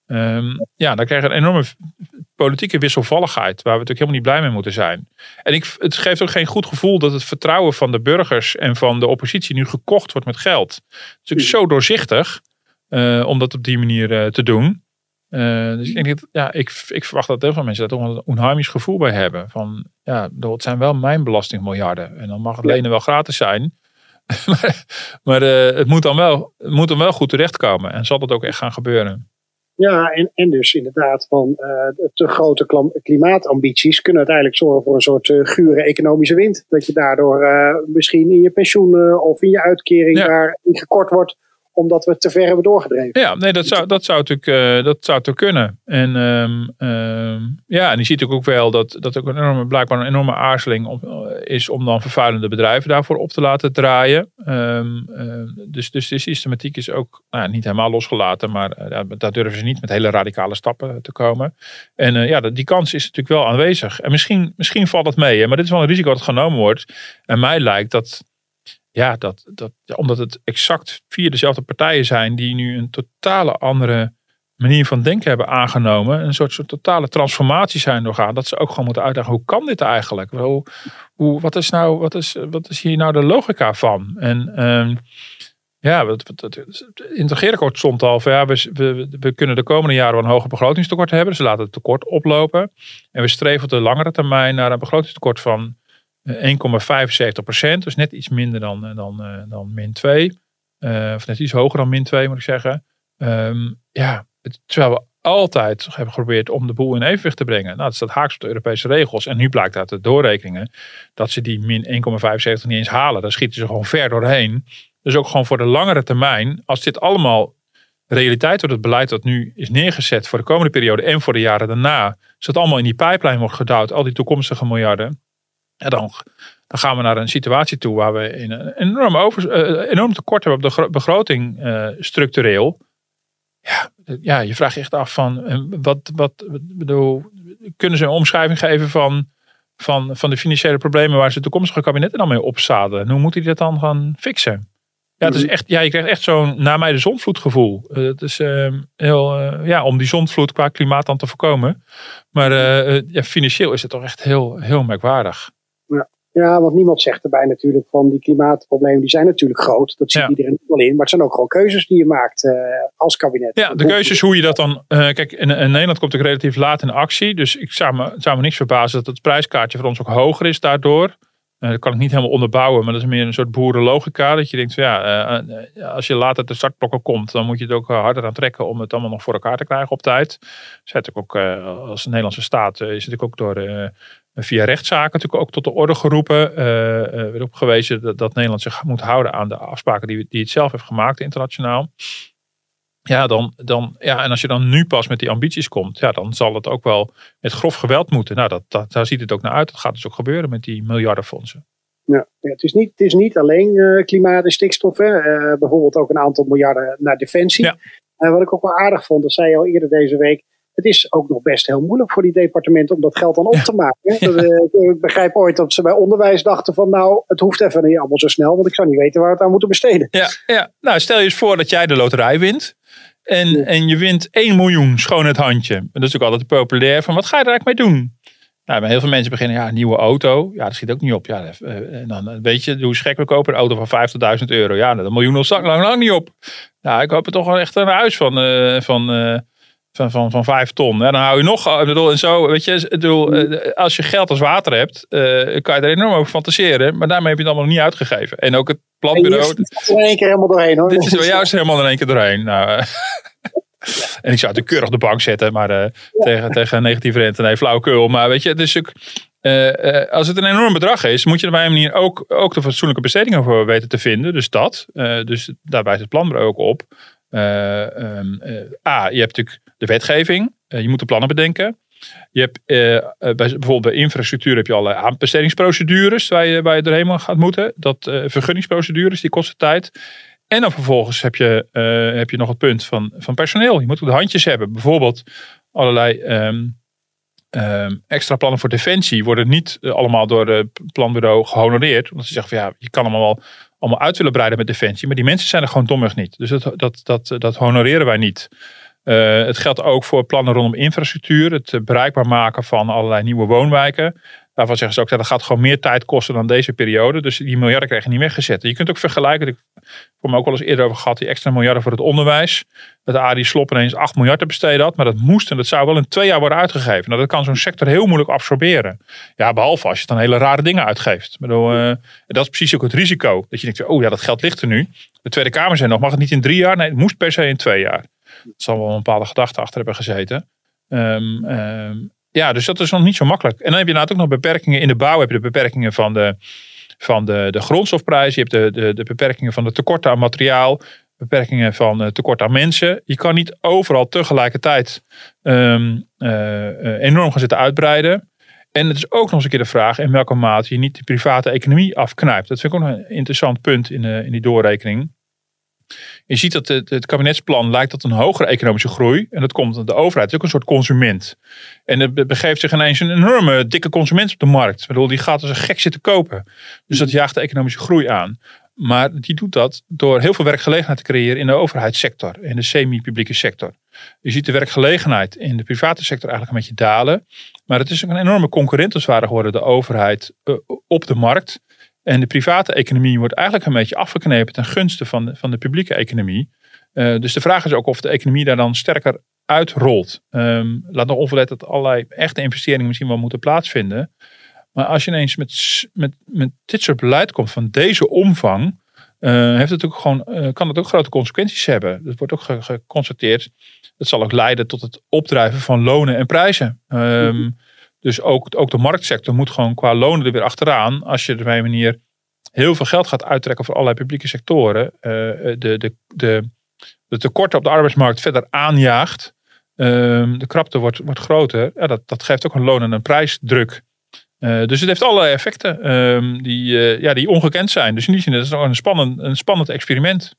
Um, ja, dan krijg je een enorme politieke wisselvalligheid waar we natuurlijk helemaal niet blij mee moeten zijn. En ik, het geeft ook geen goed gevoel dat het vertrouwen van de burgers en van de oppositie nu gekocht wordt met geld. Het is natuurlijk zo doorzichtig uh, om dat op die manier uh, te doen. Uh, dus ik denk dat, ja, ik, ik verwacht dat heel veel mensen daar toch een onheimisch gevoel bij hebben. Van, ja, het zijn wel mijn belastingmiljarden en dan mag het lenen wel gratis zijn. maar maar uh, het, moet dan wel, het moet dan wel goed terechtkomen en zal dat ook echt gaan gebeuren. Ja, en, en dus inderdaad van uh, te grote klam- klimaatambities kunnen uiteindelijk zorgen voor een soort uh, gure economische wind. Dat je daardoor uh, misschien in je pensioen uh, of in je uitkering ja. daarin gekort wordt, omdat we te ver hebben doorgedreven. Ja, nee, dat zou, dat zou natuurlijk uh, dat zou toch kunnen. En um, um, ja, en je ziet ook wel dat dat ook een enorme, blijkbaar een enorme aarzeling op, uh, is om dan vervuilende bedrijven daarvoor op te laten draaien. Um, uh, dus, dus de systematiek is ook nou, niet helemaal losgelaten, maar uh, daar durven ze niet met hele radicale stappen te komen. En uh, ja, die kans is natuurlijk wel aanwezig. En misschien, misschien valt het mee, hè, maar dit is wel een risico dat genomen wordt. En mij lijkt dat Ja, dat, dat, ja, omdat het exact vier dezelfde partijen zijn die nu een totale andere manier van denken hebben aangenomen. Een soort, soort totale transformatie zijn doorgaan. Dat ze ook gewoon moeten uitdagen, hoe kan dit eigenlijk? Hoe, hoe, wat, is nou, wat, is, wat is hier nou de logica van? En um, ja, het, het, het integrierakkoord stond al van ja, we, we, we kunnen de komende jaren wel een hoger begrotingstekort hebben. Dus we laten het tekort oplopen. En we streven op de langere termijn naar een begrotingstekort van één komma vijfenzeventig procent, dus net iets minder dan, dan, dan min twee. Uh, of net iets hoger dan min twee moet ik zeggen. Um, ja, het, terwijl we altijd hebben geprobeerd om de boel in evenwicht te brengen. Nou, dat staat haaks op de Europese regels. En nu blijkt uit de doorrekeningen dat ze die min één komma vijfenzeventig niet eens halen. Daar schieten ze gewoon ver doorheen. Dus ook gewoon voor de langere termijn, als dit allemaal realiteit wordt, het beleid dat nu is neergezet voor de komende periode en voor de jaren daarna, als het allemaal in die pijplijn wordt gedouwd, al die toekomstige miljarden, ja, dan, dan gaan we naar een situatie toe waar we in een enorm, over, uh, enorm tekort hebben op de begroting uh, structureel. Ja, ja, je vraagt je echt af van, uh, wat, wat bedoel, kunnen ze een omschrijving geven van, van, van de financiële problemen waar ze de toekomstige kabinetten dan mee opzadelen? En hoe moet hij dat dan gaan fixen? Ja, het is echt, ja, je krijgt echt zo'n na mij de zondvloed gevoel. Uh, het is uh, heel, uh, ja, om die zondvloed qua klimaat dan te voorkomen. Maar uh, uh, ja, financieel is het toch echt heel, heel merkwaardig. Ja. ja, want niemand zegt erbij natuurlijk van die klimaatproblemen, die zijn natuurlijk groot. Dat ziet ja. iedereen wel in. Maar het zijn ook gewoon keuzes die je maakt uh, als kabinet. Ja, de keuzes hoe je dat dan... Uh, kijk, in, in Nederland komt het relatief laat in actie. Dus ik zou me, zou me niks verbazen dat het prijskaartje voor ons ook hoger is daardoor. Uh, dat kan ik niet helemaal onderbouwen, maar dat is meer een soort boerenlogica. Dat je denkt, van, ja, uh, uh, als je later de startblokken komt, dan moet je het ook uh, harder aan trekken om het allemaal nog voor elkaar te krijgen op tijd. Zet ik ook uh, als Nederlandse staat uh, is het ook door uh, via rechtszaken natuurlijk ook tot de orde geroepen. Er uh, werd op gewezen dat, dat Nederland zich moet houden aan de afspraken die, die het zelf heeft gemaakt internationaal. Ja, dan, dan, ja, en als je dan nu pas met die ambities komt, ja, dan zal het ook wel met grof geweld moeten. Nou, dat, dat, daar ziet het ook naar uit. Dat gaat dus ook gebeuren met die miljardenfondsen. Ja, het, is niet, het is niet alleen uh, klimaat en stikstof. Hè. Uh, bijvoorbeeld ook een aantal miljarden naar defensie. Ja. Uh, wat ik ook wel aardig vond, dat zei je al eerder deze week. Het is ook nog best heel moeilijk voor die departementen om dat geld dan op te maken. Hè. Dat, uh, ik begrijp ooit dat ze bij onderwijs dachten van nou, het hoeft even niet allemaal zo snel. Want ik zou niet weten waar we het aan moeten besteden. Ja, ja. Nou, stel je eens voor dat jij de loterij wint. En, ja. en je wint één miljoen schoon het handje. Dat is natuurlijk altijd populair. Van wat ga je er eigenlijk mee doen? Nou, bij heel veel mensen beginnen, ja, een nieuwe auto. Ja, dat schiet ook niet op. Ja, en dan weet je, hoe gek we kopen een auto van vijftigduizend euro. Ja, een miljoen nog lang, lang, lang niet op. Nou, ik hoop er toch wel echt een huis van, uh, van, uh, van, van, van vijf ton. Ja, dan hou je nog, ik bedoel, en zo, weet je, ik bedoel, uh, als je geld als water hebt, uh, kan je er enorm over fantaseren. Maar daarmee heb je het allemaal nog niet uitgegeven. En ook het planbureau. Dit is er in één keer helemaal doorheen, hoor. Dit is bij jou is er helemaal in één keer doorheen. Nou, uh, en ik zou het keurig op de bank zetten, maar uh, ja. tegen, tegen negatieve rente, nee, flauwekul. Maar weet je, het is ook, uh, uh, als het een enorm bedrag is, moet je er bij een manier ook, ook de fatsoenlijke bestedingen voor weten te vinden. Dus dat, uh, dus daar wijst het planbureau ook op. Uh, um, uh, A, je hebt natuurlijk de wetgeving, uh, je moet de plannen bedenken. Je hebt uh, uh, bij, bijvoorbeeld bij infrastructuur heb je allerlei aanbestedingsprocedures waar je, waar je doorheen gaat moeten. Dat uh, vergunningsprocedures, die kosten tijd. En dan vervolgens heb je, uh, heb je nog het punt van, van personeel. Je moet ook de handjes hebben. Bijvoorbeeld allerlei um, um, extra plannen voor defensie worden niet uh, allemaal door het planbureau gehonoreerd. Omdat ze zeggen van ja, je kan allemaal wel allemaal uit willen breiden met defensie. Maar die mensen zijn er gewoon dommig niet. Dus dat, dat, dat, dat honoreren wij niet. Uh, het geldt ook voor plannen rondom infrastructuur. Het uh, bereikbaar maken van allerlei nieuwe woonwijken. Daarvan zeggen ze ook dat dat gaat gewoon meer tijd kosten dan deze periode. Dus die miljarden krijg je niet weggezet. Je kunt ook vergelijken. Ik heb me ook wel eens eerder over gehad. Die extra miljarden voor het onderwijs. Dat Arie Slob ineens acht miljard te besteden had. Maar dat moest en dat zou wel in twee jaar worden uitgegeven. Nou, dat kan zo'n sector heel moeilijk absorberen. Ja, behalve als je dan hele rare dingen uitgeeft. Ik bedoel, uh, dat is precies ook het risico. Dat je denkt, oh ja, dat geld ligt er nu. De Tweede Kamer zei nog, mag het niet in drie jaar? Nee, het moest per se in twee jaar. Er zal wel een bepaalde gedachte achter hebben gezeten. Um, um, ja, dus dat is nog niet zo makkelijk. En dan heb je natuurlijk ook nog beperkingen in de bouw. Heb je de beperkingen van de, van de, de grondstofprijs. Je hebt de, de, de beperkingen van de tekorten aan materiaal. Beperkingen van uh, tekort aan mensen. Je kan niet overal tegelijkertijd um, uh, uh, enorm gaan zitten uitbreiden. En het is ook nog eens een keer de vraag in welke mate je niet de private economie afknijpt. Dat vind ik ook nog een interessant punt in, uh, in die doorrekening. Je ziet dat het, het kabinetsplan lijkt tot een hogere economische groei. En dat komt omdat de overheid is ook een soort consument. En er begeeft zich ineens een enorme dikke consument op de markt. Ik bedoel, die gaat als een gek zitten kopen. Dus dat jaagt de economische groei aan. Maar die doet dat door heel veel werkgelegenheid te creëren in de overheidssector. In de semi-publieke sector. Je ziet de werkgelegenheid in de private sector eigenlijk een beetje dalen. Maar het is ook een enorme concurrent als het ware geworden, de overheid uh, op de markt. En de private economie wordt eigenlijk een beetje afgeknepen ten gunste van de, van de publieke economie. Uh, dus de vraag is ook of de economie daar dan sterker uitrolt. Um, laat nog onverlet dat allerlei echte investeringen misschien wel moeten plaatsvinden. Maar als je ineens met, met, met dit soort beleid komt van deze omvang, uh, heeft het ook gewoon, uh, kan het ook grote consequenties hebben. Dat wordt ook ge- geconstateerd. Dat zal ook leiden tot het opdrijven van lonen en prijzen. Um, mm-hmm. Dus ook, ook de marktsector moet gewoon qua lonen er weer achteraan. Als je er op een manier heel veel geld gaat uittrekken voor allerlei publieke sectoren. Uh, de, de, de, de tekorten op de arbeidsmarkt verder aanjaagt. Um, de krapte wordt, wordt groter. Ja, dat, dat geeft ook een loon- en een prijsdruk. Uh, dus het heeft allerlei effecten um, die, uh, ja, die ongekend zijn. Dus in die zin is het een spannend, een spannend experiment.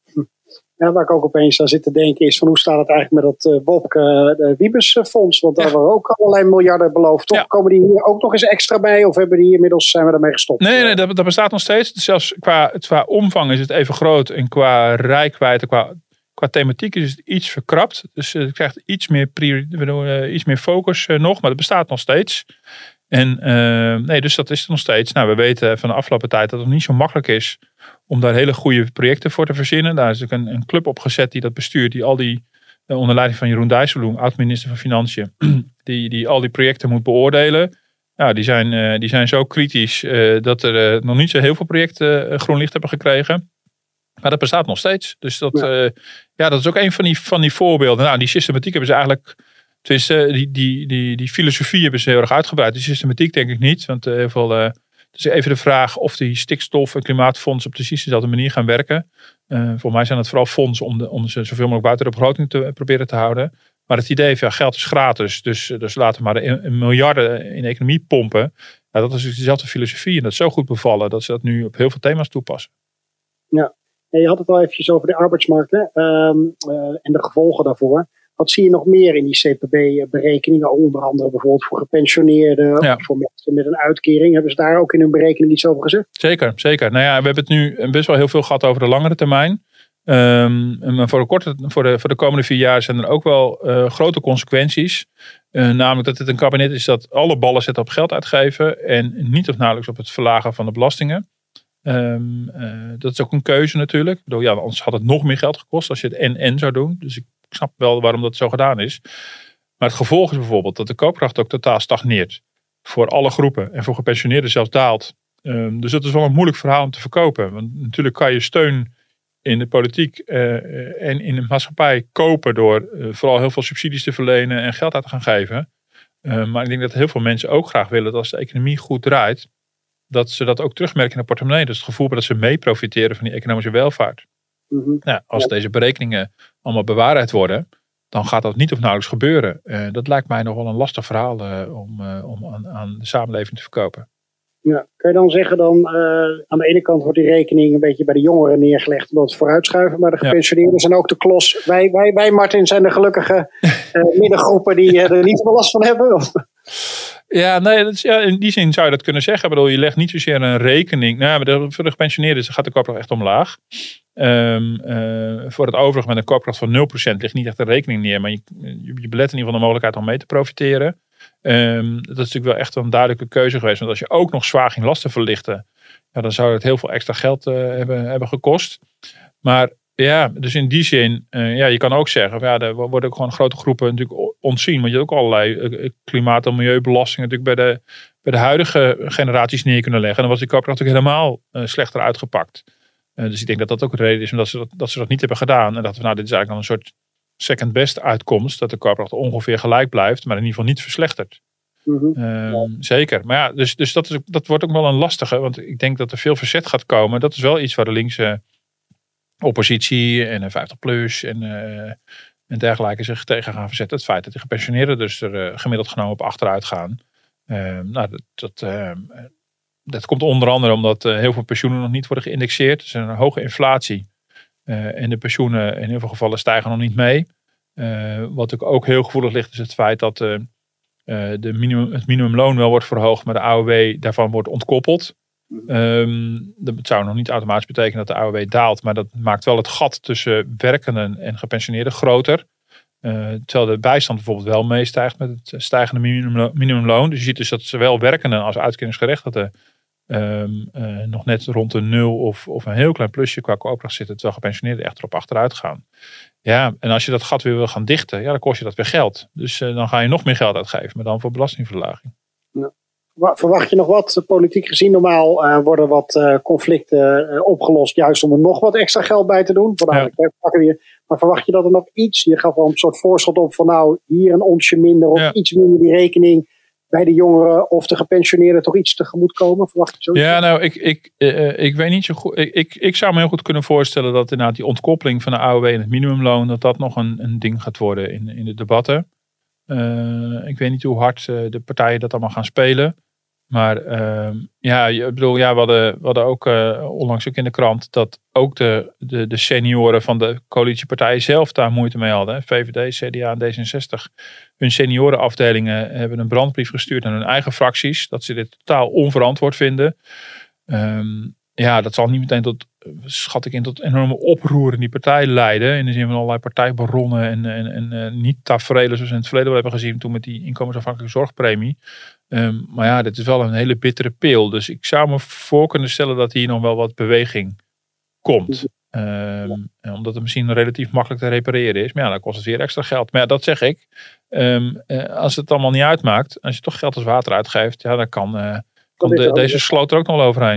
Ja, waar ik ook opeens aan zit te denken is van hoe staat het eigenlijk met dat uh, Wopke uh, Wiebes fonds? Want daar ja. waren ook allerlei miljarden beloofd. Toch? Ja. Komen die hier ook nog eens extra bij? Of hebben die inmiddels, zijn we daarmee gestopt? Nee, nee dat, dat bestaat nog steeds. Zelfs qua, qua omvang is het even groot. En qua reikwijdte, qua, qua thematiek is het iets verkrapt. Dus uh, het krijgt iets meer, priori- uh, iets meer focus uh, nog. Maar het bestaat nog steeds. En uh, nee, dus dat is er nog steeds. Nou, we weten van de afgelopen tijd dat het niet zo makkelijk is om daar hele goede projecten voor te verzinnen. Daar is ook een, een club opgezet die dat bestuurt. Die al die, uh, onder leiding van Jeroen Dijsselbloem, oud-minister van Financiën, die, die al die projecten moet beoordelen. Ja, die zijn, uh, die zijn zo kritisch uh, dat er uh, nog niet zo heel veel projecten uh, groen licht hebben gekregen. Maar dat bestaat nog steeds. Dus dat, ja. Uh, ja, dat is ook een van die, van die voorbeelden. Nou, die systematiek hebben ze eigenlijk Tenminste, die, die, die, die filosofie hebben ze heel erg uitgebreid. De systematiek denk ik niet. Want uh, heel veel, uh, het is even de vraag of die stikstof- en klimaatfondsen op precies dezelfde manier gaan werken. Uh, voor mij zijn het vooral fondsen om, de, om ze zoveel mogelijk buiten de begroting te proberen te houden. Maar het idee van ja, geld is gratis. Dus, dus laten we maar een, een miljarden in de economie pompen. Ja, dat is dus dezelfde filosofie. En dat is zo goed bevallen dat ze dat nu op heel veel thema's toepassen. Ja, en je had het al eventjes over de arbeidsmarkt hè? Um, uh, en de gevolgen daarvoor. Wat zie je nog meer in die C P B-berekeningen? Onder andere bijvoorbeeld voor gepensioneerden ja. of voor mensen met een uitkering. Hebben ze daar ook in hun berekening iets over gezegd? Zeker, zeker. Nou ja, we hebben het nu best wel heel veel gehad over de langere termijn. Um, maar voor de, korte, voor, de, voor de komende vier jaar zijn er ook wel uh, grote consequenties. Uh, namelijk dat het een kabinet is dat alle ballen zet op geld uitgeven. En niet of nauwelijks op het verlagen van de belastingen. Um, uh, dat is ook een keuze natuurlijk. Ik bedoel, ja, anders had het nog meer geld gekost als je het en-en zou doen. Dus ik snap wel waarom dat zo gedaan is. Maar het gevolg is bijvoorbeeld dat de koopkracht ook totaal stagneert. Voor alle groepen. En voor gepensioneerden zelfs daalt. Um, dus dat is wel een moeilijk verhaal om te verkopen. Want natuurlijk kan je steun in de politiek uh, en in de maatschappij kopen door uh, vooral heel veel subsidies te verlenen en geld uit te gaan geven. Uh, maar ik denk dat heel veel mensen ook graag willen dat als de economie goed draait, dat ze dat ook terugmerken in de portemonnee. Dus het gevoel dat ze mee profiteren van die economische welvaart. Mm-hmm. Nou, als ja. deze berekeningen allemaal bewaarheid worden, dan gaat dat niet of nauwelijks gebeuren. Uh, dat lijkt mij nog wel een lastig verhaal uh, om, uh, om aan, aan de samenleving te verkopen. Ja, kan je dan zeggen dan, uh, aan de ene kant wordt die rekening een beetje bij de jongeren neergelegd omdat het vooruitschuiven, maar de gepensioneerden ja. zijn ook de klos. Wij, wij, wij Martin, zijn de gelukkige uh, middengroepen die uh, er niet zoveel last van hebben? Of? Ja, nee, dat is, ja, in die zin zou je dat kunnen zeggen. Ik bedoel, je legt niet zozeer een rekening. Nou, de, voor de gepensioneerden gaat de koopkracht echt omlaag. Um, uh, voor het overige met een koopkracht van nul procent ligt niet echt een rekening neer. Maar je, je, je belet in ieder geval de mogelijkheid om mee te profiteren. Um, dat is natuurlijk wel echt een duidelijke keuze geweest. Want als je ook nog zwaar ging lasten verlichten, ja, dan zou het heel veel extra geld uh, hebben, hebben gekost. Maar ja, dus in die zin, uh, ja, je kan ook zeggen, ja, er worden ook gewoon grote groepen natuurlijk ontzien. Want je hebt ook allerlei uh, klimaat- en milieubelastingen natuurlijk bij de, bij de huidige generaties neer kunnen leggen. En dan was die koopkracht natuurlijk helemaal uh, slechter uitgepakt. Uh, dus ik denk dat dat ook een reden is omdat ze dat, dat ze dat niet hebben gedaan. En dat we nou, dit is eigenlijk dan een soort second best uitkomst. Dat de koopkracht ongeveer gelijk blijft, maar in ieder geval niet verslechtert. Mm-hmm. Uh, ja. Zeker. Maar ja, dus, dus dat, is, dat wordt ook wel een lastige. Want ik denk dat er veel verzet gaat komen. Dat is wel iets waar de linkse oppositie en vijftig plus en, uh, en dergelijke zich tegen gaan verzetten. Het feit dat de gepensioneerden dus er uh, gemiddeld genomen op achteruit gaan. Uh, nou, dat, dat, uh, dat komt onder andere omdat uh, heel veel pensioenen nog niet worden geïndexeerd. Er is een hoge inflatie. Uh, en de pensioenen in heel veel gevallen stijgen nog niet mee. Uh, wat natuurlijk ook heel gevoelig ligt is het feit dat uh, uh, de minimum, het minimumloon wel wordt verhoogd, maar de A O W daarvan wordt ontkoppeld. Um, dat zou nog niet automatisch betekenen dat de A O W daalt, maar dat maakt wel het gat tussen werkenden en gepensioneerden groter. Uh, terwijl de bijstand bijvoorbeeld wel meestijgt met het stijgende minimumlo- minimumloon. Dus je ziet dus dat zowel werkenden als uitkeringsgerechtigden Um, uh, nog net rond de nul of, of een heel klein plusje qua koopkracht zitten, terwijl gepensioneerden echt erop achteruit gaan. Ja, en als je dat gat weer wil gaan dichten, ja, dan kost je dat weer geld. Dus uh, dan ga je nog meer geld uitgeven, maar dan voor belastingverlaging. Ja. Verwacht je nog wat, politiek gezien? Normaal uh, worden wat uh, conflicten uh, opgelost, juist om er nog wat extra geld bij te doen. Ja. Maar verwacht je dat er nog iets, je gaf wel een soort voorschot op van nou, hier een onsje minder of ja. iets minder die rekening bij de jongeren of de gepensioneerden toch iets tegemoet komen? Verwacht je zoiets? Ja, nou, ik, ik, uh, ik weet niet zo goed. Ik, ik, ik zou me heel goed kunnen voorstellen dat inderdaad die ontkoppeling van de A O W en het minimumloon, dat dat nog een, een ding gaat worden in, in de debatten. Uh, ik weet niet hoe hard uh, de partijen dat allemaal gaan spelen. Maar uh, ja, ik bedoel, ja, we hadden, we hadden ook uh, onlangs ook in de krant dat ook de, de, de senioren van de coalitiepartijen zelf daar moeite mee hadden. V V D, C D A en D zesenzestig. Hun seniorenafdelingen hebben een brandbrief gestuurd aan hun eigen fracties. Dat ze dit totaal onverantwoord vinden. Um, ja, dat zal niet meteen tot, schat ik in, tot enorme oproer in die partij leiden. In de zin van allerlei partijbaronnen en, en, en uh, niet taferelen zoals we in het verleden wel hebben gezien toen met die inkomensafhankelijke zorgpremie. Um, maar ja, dit is wel een hele bittere pil. Dus ik zou me voor kunnen stellen dat hier nog wel wat beweging komt. Um, omdat het misschien relatief makkelijk te repareren is. Maar ja, dan kost het weer extra geld. Maar ja, dat zeg ik. Um, uh, als het allemaal niet uitmaakt. Als je toch geld als water uitgeeft. Ja, dan kan, uh, kan de, deze sloot er ook nog wel overheen.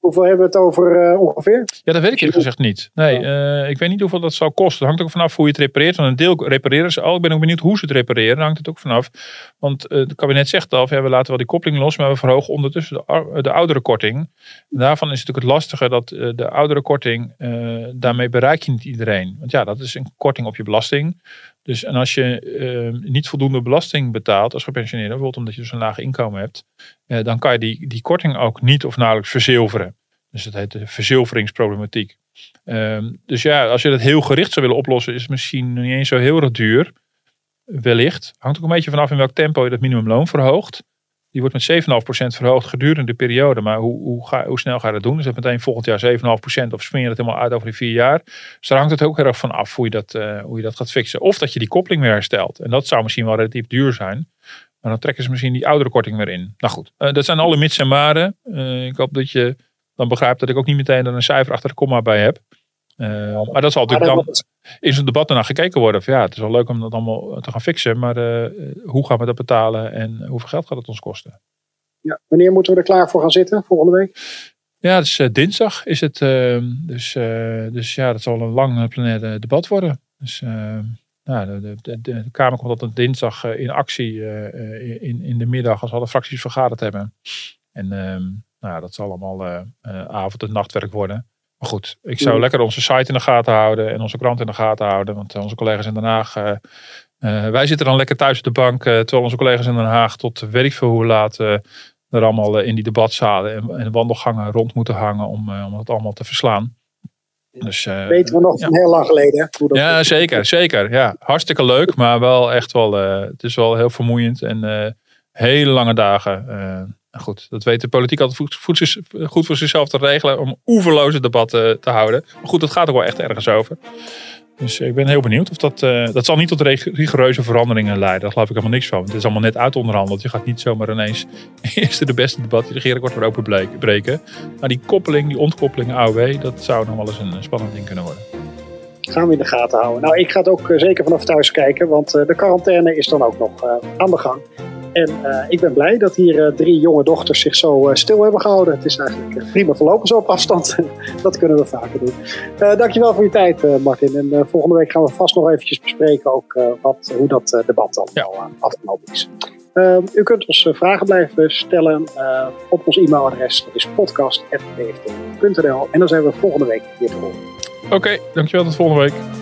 Hoeveel hebben we het over uh, ongeveer? Ja, dat weet ik eerlijk gezegd niet. Nee, uh, ik weet niet hoeveel dat zal kosten. Dat hangt ook vanaf hoe je het repareert. Want een deel repareren ze al. Ik ben ook benieuwd hoe ze het repareren. Daar hangt het ook vanaf. Want uh, het kabinet zegt al, ja, we laten wel die koppeling los, maar we verhogen ondertussen de, de ouderenkorting. En daarvan is het natuurlijk het lastige dat uh, de ouderenkorting, uh, daarmee bereik je niet iedereen. Want ja, dat is een korting op je belasting. Dus en als je uh, niet voldoende belasting betaalt als gepensioneerde, bijvoorbeeld omdat je dus een laag inkomen hebt, uh, dan kan je die, die korting ook niet of nauwelijks verzilveren. Dus dat heet de verzilveringsproblematiek. Um, dus ja, als je dat heel gericht zou willen oplossen, is het misschien niet eens zo heel erg duur. Wellicht. Hangt ook een beetje vanaf in welk tempo je dat minimumloon verhoogt. Die wordt met zeven komma vijf procent verhoogd gedurende de periode. Maar hoe, hoe, ga, hoe snel ga je dat doen? Dus dat meteen volgend jaar zeven komma vijf procent of spring je dat helemaal uit over die vier jaar. Dus daar hangt het ook heel erg van af hoe je, dat, uh, hoe je dat gaat fixen. Of dat je die koppeling weer herstelt. En dat zou misschien wel relatief duur zijn. Maar dan trekken ze misschien die oudere korting weer in. Nou goed, uh, dat zijn alle mits en maren. Uh, ik hoop dat je dan begrijpt dat ik ook niet meteen er een cijfer achter de komma bij heb. Uh, maar dat zal natuurlijk dan in zo'n debat ernaar gekeken worden. Of ja, het is wel leuk om dat allemaal te gaan fixen. Maar uh, hoe gaan we dat betalen en hoeveel geld gaat het ons kosten? Ja, wanneer moeten we er klaar voor gaan zitten? Volgende week? Ja, dus uh, dinsdag is het. Uh, dus, uh, dus ja, dat zal een lang plenaire debat worden. Dus uh, nou, de, de, de, de Kamer komt altijd dinsdag uh, in actie uh, in, in de middag als alle fracties vergaderd hebben. En uh, nou, dat zal allemaal uh, uh, avond- en nachtwerk worden. Maar goed, ik zou lekker onze site in de gaten houden en onze krant in de gaten houden. Want onze collega's in Den Haag, uh, uh, wij zitten dan lekker thuis op de bank. Uh, terwijl onze collega's in Den Haag tot weet ik veel hoe laat uh, er allemaal uh, in die debatzalen en, en wandelgangen rond moeten hangen om, uh, om het allemaal te verslaan. Dus, uh, weten we nog ja. van heel lang geleden. Hoe dat ja, zeker, zeker. Ja. Hartstikke leuk, maar wel echt wel, uh, het is wel heel vermoeiend en uh, hele lange dagen. Uh, Goed, dat weet de politiek altijd goed, goed voor zichzelf te regelen om oeverloze debatten te houden. Maar goed, dat gaat ook wel echt ergens over. Dus ik ben heel benieuwd of dat... Uh, dat zal niet tot rigoureuze veranderingen leiden. Daar geloof ik helemaal niks van. Want het is allemaal net uitonderhandeld. Je gaat niet zomaar ineens eerst de beste debat, die regering wordt weer openbreken. Maar die koppeling, die ontkoppeling A O W, dat zou nog wel eens een spannend ding kunnen worden. Gaan we in de gaten houden. Nou, ik ga het ook zeker vanaf thuis kijken, want uh, de quarantaine is dan ook nog uh, aan de gang. En uh, ik ben blij dat hier uh, drie jonge dochters zich zo uh, stil hebben gehouden. Het is eigenlijk uh, prima verlopen zo op afstand. Dat kunnen we vaker doen. Uh, dankjewel voor je tijd, uh, Martin. En uh, volgende week gaan we vast nog eventjes bespreken ook, uh, wat, hoe dat uh, debat dan ja. uh, afgelopen is. Uh, u kunt ons uh, vragen blijven stellen uh, op ons e-mailadres. Dat is podcast apenstaartje d f t punt n l. En dan zijn we volgende week weer te horen. Oké, okay, dankjewel. Tot volgende week.